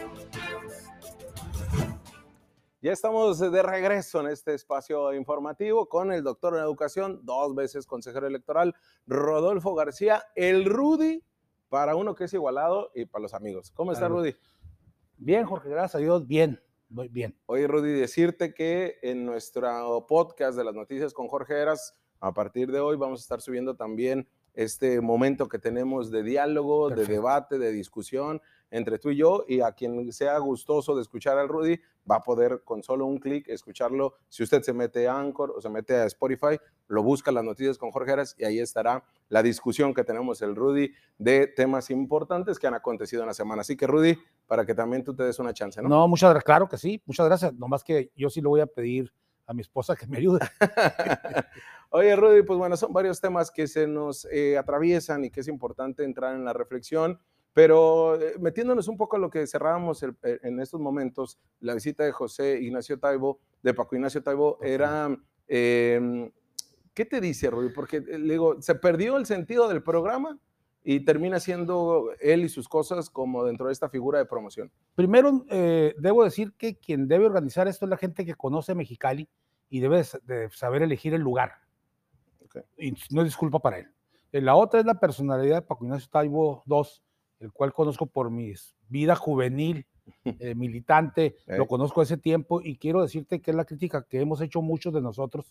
Ya estamos de regreso en este espacio informativo con el doctor en educación, 2 veces consejero electoral, Rodolfo García, el Rudy, para uno que es igualado y para los amigos. ¿Cómo está, Rudy? Bien, Jorge, gracias a Dios, bien, muy bien. Oye, Rudy, decirte que en nuestro podcast de las noticias con Jorge Heras, a partir de hoy vamos a estar subiendo también este momento que tenemos de diálogo, Perfecto. de debate, de discusión entre tú y yo, y a quien sea gustoso de escuchar al Rudy va a poder con solo un clic escucharlo. Si usted se mete a Anchor o se mete a Spotify, lo busca las noticias con Jorge Heras y ahí estará la discusión que tenemos el Rudy de temas importantes que han acontecido en la semana. Así que, Rudy, para que también tú te des una chance, ¿no? No, muchas gracias, claro que sí, muchas gracias, nomás que yo sí le voy a pedir a mi esposa que me ayude. Oye, Rudy, pues bueno, son varios temas que se nos atraviesan y que es importante entrar en la reflexión, pero metiéndonos un poco a lo que cerrábamos en estos momentos, la visita de José Ignacio Taibo, de Paco Ignacio Taibo, era, ¿qué te dice, Rudy? Porque le digo, se perdió el sentido del programa y termina siendo él y sus cosas como dentro de esta figura de promoción. Primero, debo decir que quien debe organizar esto es la gente que conoce Mexicali y debe de saber elegir el lugar. Okay. Y no es disculpa para él. La otra es la personalidad de Paco Ignacio Taibo II, el cual conozco por mi vida juvenil, militante, lo conozco ese tiempo y quiero decirte que es la crítica que hemos hecho muchos de nosotros,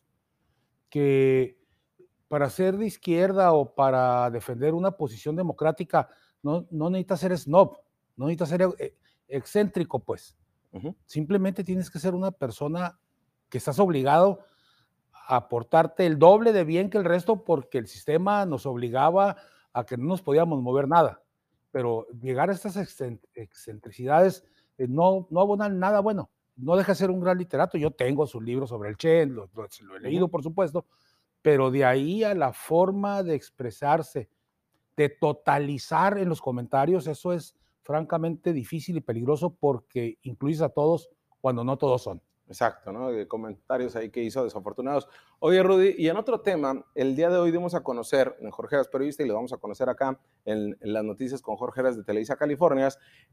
que para ser de izquierda o para defender una posición democrática no necesitas ser snob, no necesitas ser excéntrico, pues. Simplemente tienes que ser una persona que estás obligado a aportarte el doble de bien que el resto porque el sistema nos obligaba a que no nos podíamos mover nada. Pero llegar a estas excentricidades no abonan nada bueno. No deja de ser un gran literato. Yo tengo sus libros sobre el Che, lo he leído, por supuesto, pero de ahí a la forma de expresarse, de totalizar en los comentarios, eso es francamente difícil y peligroso porque incluyes a todos cuando no todos son. Exacto, ¿no? De comentarios ahí que hizo desafortunados. Oye, Rudy, y en otro tema, el día de hoy dimos a conocer en Jorge Heras Periodista y lo vamos a conocer acá en las noticias con Jorge Heras de Televisa California,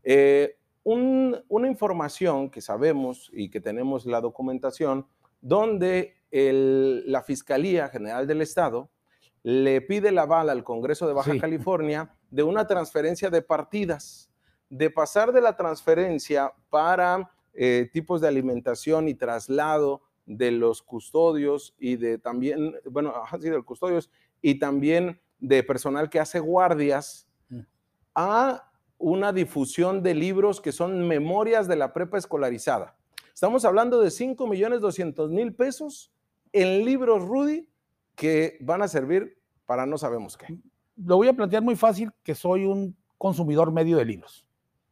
una información que sabemos y que tenemos la documentación donde la Fiscalía General del Estado le pide el aval al Congreso de Baja California de una transferencia de partidas, de pasar de la transferencia para tipos de alimentación y traslado de los custodios y de también, bueno, sí, de los custodios y también de personal que hace guardias a una difusión de libros que son memorias de la prepa escolarizada. Estamos hablando de 5,200,000 pesos en libros, Rudy, que van a servir para no sabemos qué. Lo voy a plantear muy fácil, que soy un consumidor medio de libros.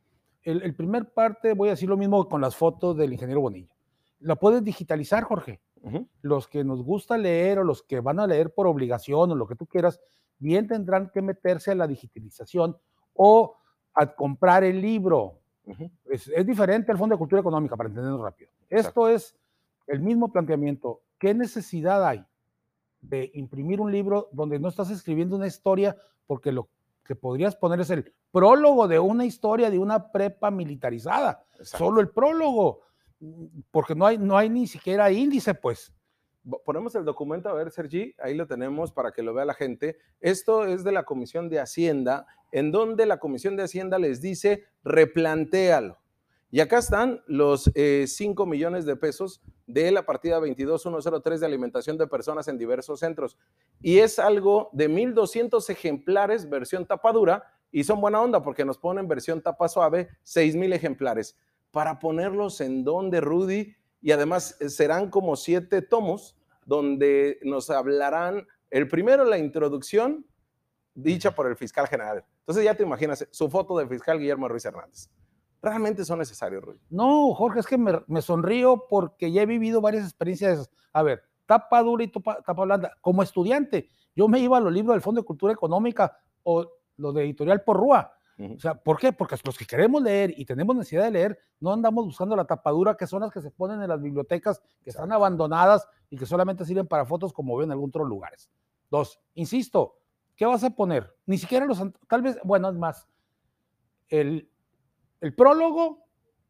El primer parte, voy a decir lo mismo con las fotos del ingeniero Bonilla. La puedes digitalizar, Jorge. Los que nos gusta leer o los que van a leer por obligación o lo que tú quieras, bien tendrán que meterse a la digitalización o a comprar el libro. Es diferente al Fondo de Cultura Económica, para entenderlo rápido. Esto es el mismo planteamiento. ¿Qué necesidad hay de imprimir un libro donde no estás escribiendo una historia? Porque lo que podrías poner es el prólogo de una historia de una prepa militarizada. Solo el prólogo, porque no hay ni siquiera índice, pues. Ponemos el documento, a ver, Sergi, ahí lo tenemos para que lo vea la gente. Esto es de la Comisión de Hacienda, en donde la Comisión de Hacienda les dice, replantéalo. Y acá están los 5 millones de pesos de la partida 22103 de alimentación de personas en diversos centros. Y es algo de 1,200 ejemplares, versión tapadura, y son buena onda porque nos ponen versión tapa suave, 6,000 ejemplares. Para ponerlos en donde, Rudy, y además serán como 7 tomos donde nos hablarán, el primero, la introducción dicha por el fiscal general. Entonces ya te imaginas su foto del fiscal Guillermo Ruiz Hernández. ¿Realmente son necesarios, Ruy? No, Jorge, es que me sonrío porque ya he vivido varias experiencias. A ver, tapa dura y tapa blanda. Como estudiante, yo me iba a los libros del Fondo de Cultura Económica o los de Editorial Porrúa. O sea, ¿por qué? Porque los que queremos leer y tenemos necesidad de leer, no andamos buscando la tapadura, que son las que se ponen en las bibliotecas, que están abandonadas y que solamente sirven para fotos, como veo en algunos otros lugares. 2, insisto, ¿qué vas a poner? Ni siquiera tal vez, bueno, es más, el prólogo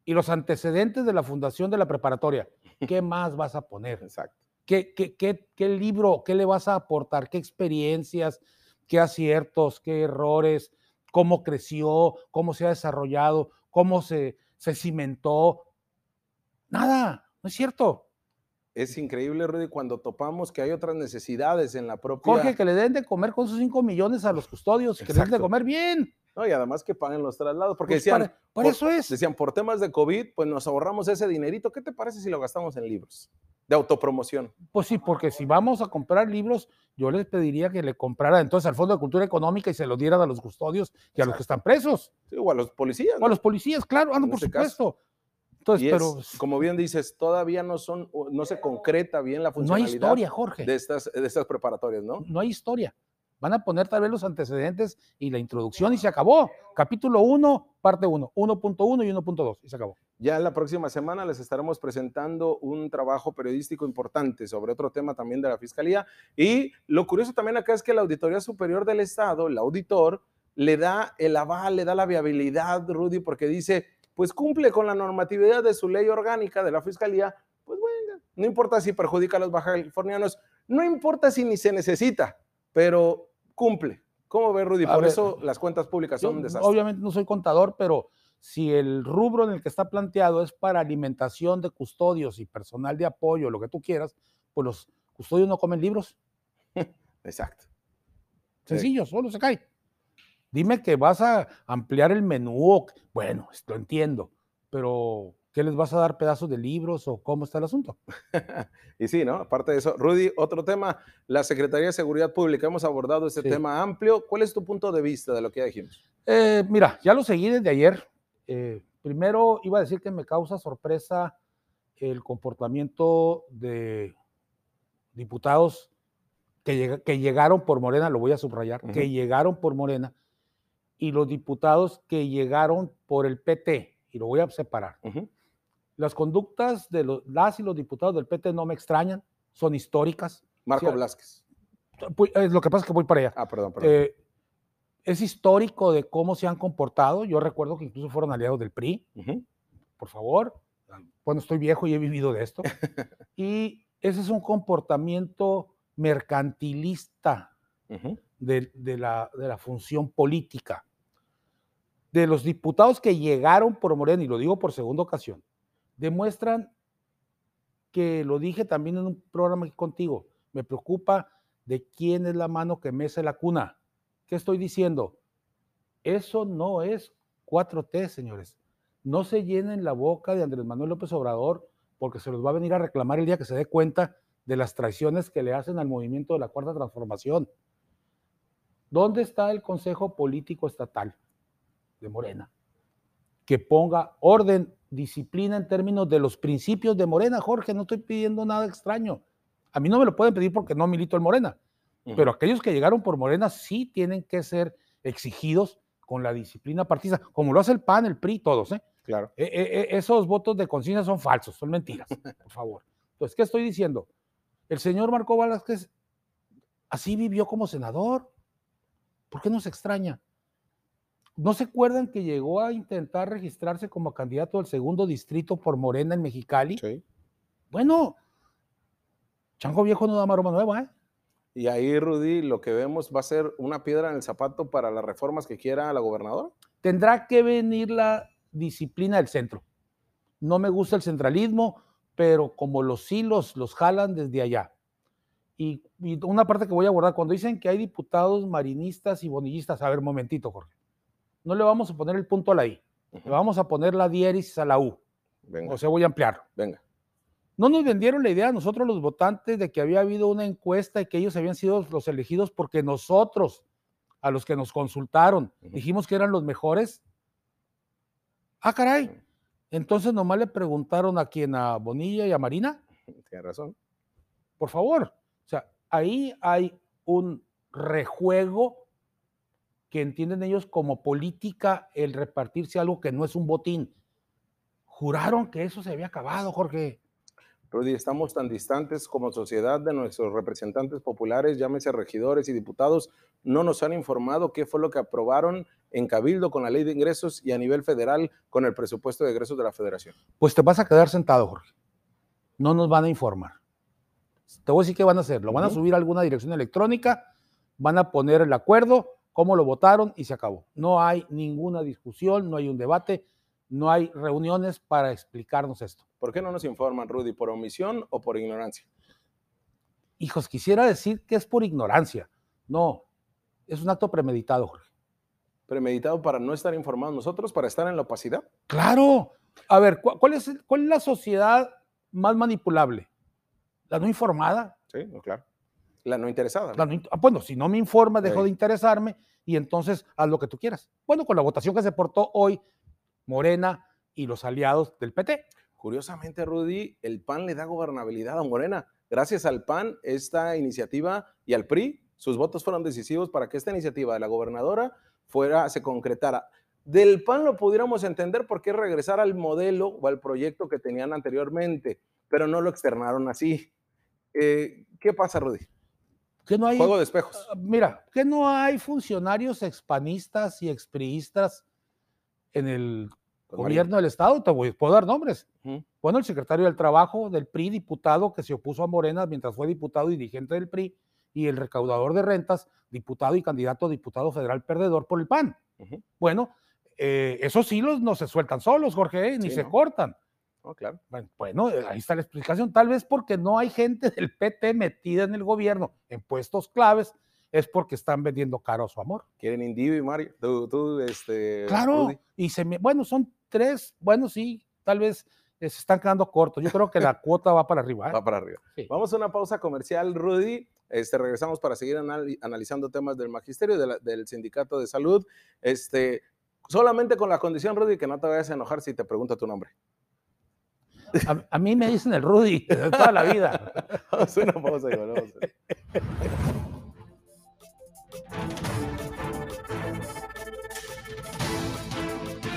y los antecedentes de la fundación de la preparatoria. ¿Qué más vas a poner? Exacto. ¿Qué libro, qué le vas a aportar? ¿Qué experiencias, qué aciertos, qué errores, cómo creció, cómo se ha desarrollado, cómo se cimentó? Nada, no es cierto. Es increíble, Rudy, cuando topamos que hay otras necesidades en la Jorge, propia... que le den de comer con sus 5 millones a los custodios y que les den de Exacto. comer bien. No, y además que paguen los traslados, porque Pues decían, para eso es. decían, por temas de COVID, pues nos ahorramos ese dinerito. ¿Qué te parece si lo gastamos en libros de autopromoción? Pues sí, porque si vamos a comprar libros, yo les pediría que le compraran entonces al Fondo de Cultura Económica y se lo dieran a los custodios y a los que están presos. Sí, o a los policías, O ¿no? a los policías, claro, En por este supuesto. caso. Entonces, Y pero es, como bien dices, todavía no se concreta bien la no hay funcionalidad historia, Jorge. de estas preparatorias, ¿no? No hay historia. Van a poner tal vez los antecedentes y la introducción y se acabó. Capítulo 1, parte 1, 1.1 y 1.2 y se acabó. Ya en la próxima semana les estaremos presentando un trabajo periodístico importante sobre otro tema también de la Fiscalía. Y lo curioso también acá es que la Auditoría Superior del Estado, el auditor, le da el aval, le da la viabilidad, Rudy, porque dice, pues cumple con la normatividad de su ley orgánica de la Fiscalía, pues bueno, no importa si perjudica a los bajacalifornianos, no importa si ni se necesita, pero cumple. ¿Cómo ves, Rudy? Por eso las cuentas públicas son un desastre. Obviamente no soy contador, pero si el rubro en el que está planteado es para alimentación de custodios y personal de apoyo, lo que tú quieras, pues los custodios no comen libros. Exacto. Sencillo, solo se cae. Dime que vas a ampliar el menú, bueno, lo entiendo, pero ¿qué les vas a dar, pedazos de libros o cómo está el asunto? Y sí, ¿no? Aparte de eso, Rudy, otro tema, la Secretaría de Seguridad Pública, hemos abordado este tema amplio. ¿Cuál es tu punto de vista de lo que ya dijimos? Mira, ya lo seguí desde ayer. Primero iba a decir que me causa sorpresa el comportamiento de diputados que llegaron por Morena, lo voy a subrayar, que llegaron por Morena, y los diputados que llegaron por el PT, y lo voy a separar. Las conductas de las y los diputados del PT no me extrañan, son históricas. Marco Blázquez. Lo que pasa es que voy para allá. Perdón. Es histórico de cómo se han comportado. Yo recuerdo que incluso fueron aliados del PRI. Por favor. Bueno, estoy viejo y he vivido de esto. Y ese es un comportamiento mercantilista de la función política. De los diputados que llegaron por Morena, y lo digo por segunda ocasión, demuestran que, lo dije también en un programa aquí contigo, me preocupa de quién es la mano que mece la cuna. ¿Qué estoy diciendo? Eso no es 4T, señores. No se llenen la boca de Andrés Manuel López Obrador, porque se los va a venir a reclamar el día que se dé cuenta de las traiciones que le hacen al movimiento de la Cuarta Transformación. ¿Dónde está el Consejo Político Estatal de Morena? Que ponga orden, disciplina en términos de los principios de Morena, Jorge. No estoy pidiendo nada extraño. A mí no me lo pueden pedir porque no milito en Morena, pero aquellos que llegaron por Morena sí tienen que ser exigidos con la disciplina partidista, como lo hace el PAN, el PRI, todos, ¿eh? Claro. Esos votos de conciencia son falsos, son mentiras, por favor. Entonces, ¿qué estoy diciendo? El señor Marco Blázquez así vivió como senador. ¿Por qué nos extraña? ¿No se acuerdan que llegó a intentar registrarse como candidato al segundo distrito por Morena en Mexicali? Sí. Bueno, chango viejo no da maroma nueva, ¿eh? Y ahí, Rudy, lo que vemos va a ser una piedra en el zapato para las reformas que quiera la gobernadora. Tendrá que venir la disciplina del centro. No me gusta el centralismo, pero como los hilos los jalan desde allá. Y una parte que voy a abordar, cuando dicen que hay diputados marinistas y bonillistas, a ver, momentito, Jorge. No le vamos a poner el punto a la I, le vamos a poner la diéresis a la U. Venga. O sea, voy a ampliar. Venga. No nos vendieron la idea a nosotros los votantes de que había habido una encuesta y que ellos habían sido los elegidos porque nosotros, a los que nos consultaron, dijimos que eran los mejores. Ah, caray. Entonces nomás le preguntaron a quién, a Bonilla y a Marina. Tienes razón. Por favor. O sea, ahí hay un rejuego que entienden ellos como política, el repartirse algo que no es un botín. Juraron que eso se había acabado, Jorge. Rudy, estamos tan distantes como sociedad de nuestros representantes populares, llámese regidores y diputados, no nos han informado qué fue lo que aprobaron en Cabildo con la ley de ingresos y a nivel federal con el presupuesto de egresos de la federación. Pues te vas a quedar sentado, Jorge. No nos van a informar. Te voy a decir qué van a hacer. Lo van a subir a alguna dirección electrónica, van a poner el acuerdo, cómo lo votaron y se acabó. No hay ninguna discusión, no hay un debate, no hay reuniones para explicarnos esto. ¿Por qué no nos informan, Rudy? ¿Por omisión o por ignorancia? Hijos, quisiera decir que es por ignorancia. No, es un acto premeditado, Jorge. ¿Premeditado para no estar informados nosotros, para estar en la opacidad? ¡Claro! A ver, ¿cuál es la sociedad más manipulable? ¿La no informada? Sí, no, claro. La no interesada. Bueno, si no me informa, dejo de interesarme y entonces haz lo que tú quieras. Bueno, con la votación que se portó hoy, Morena y los aliados del PT. Curiosamente, Rudy, el PAN le da gobernabilidad a Morena. Gracias al PAN, esta iniciativa y al PRI, sus votos fueron decisivos para que esta iniciativa de la gobernadora se concretara. Del PAN lo pudiéramos entender porque regresar al modelo o al proyecto que tenían anteriormente, pero no lo externaron así. ¿Qué pasa, Rudy? Que no hay, juego de espejos. Mira, que no hay funcionarios expanistas y expriistas en el gobierno del Estado. Puedo dar nombres. Bueno, el secretario del Trabajo del PRI, diputado que se opuso a Morena mientras fue diputado y dirigente del PRI, y el recaudador de rentas, diputado y candidato a diputado federal perdedor por el PAN. Bueno, esos hilos no se sueltan solos, Jorge, ni se cortan. Oh, claro. Bueno, ahí está la explicación. Tal vez porque no hay gente del PT metida en el gobierno en puestos claves, es porque están vendiendo caro su amor. Quieren Indivi y Mario. Claro, Rudy. Y bueno, son 3, bueno, sí, tal vez se están quedando cortos. Yo creo que la cuota va para arriba. Va para arriba. Sí. Vamos a una pausa comercial, Rudy. Regresamos para seguir analizando temas del magisterio, del sindicato de salud. Solamente con la condición, Rudy, que no te vayas a enojar si te pregunto tu nombre. A mí me dicen el Rudy de toda la vida. Vamos a una pausa y volvemos.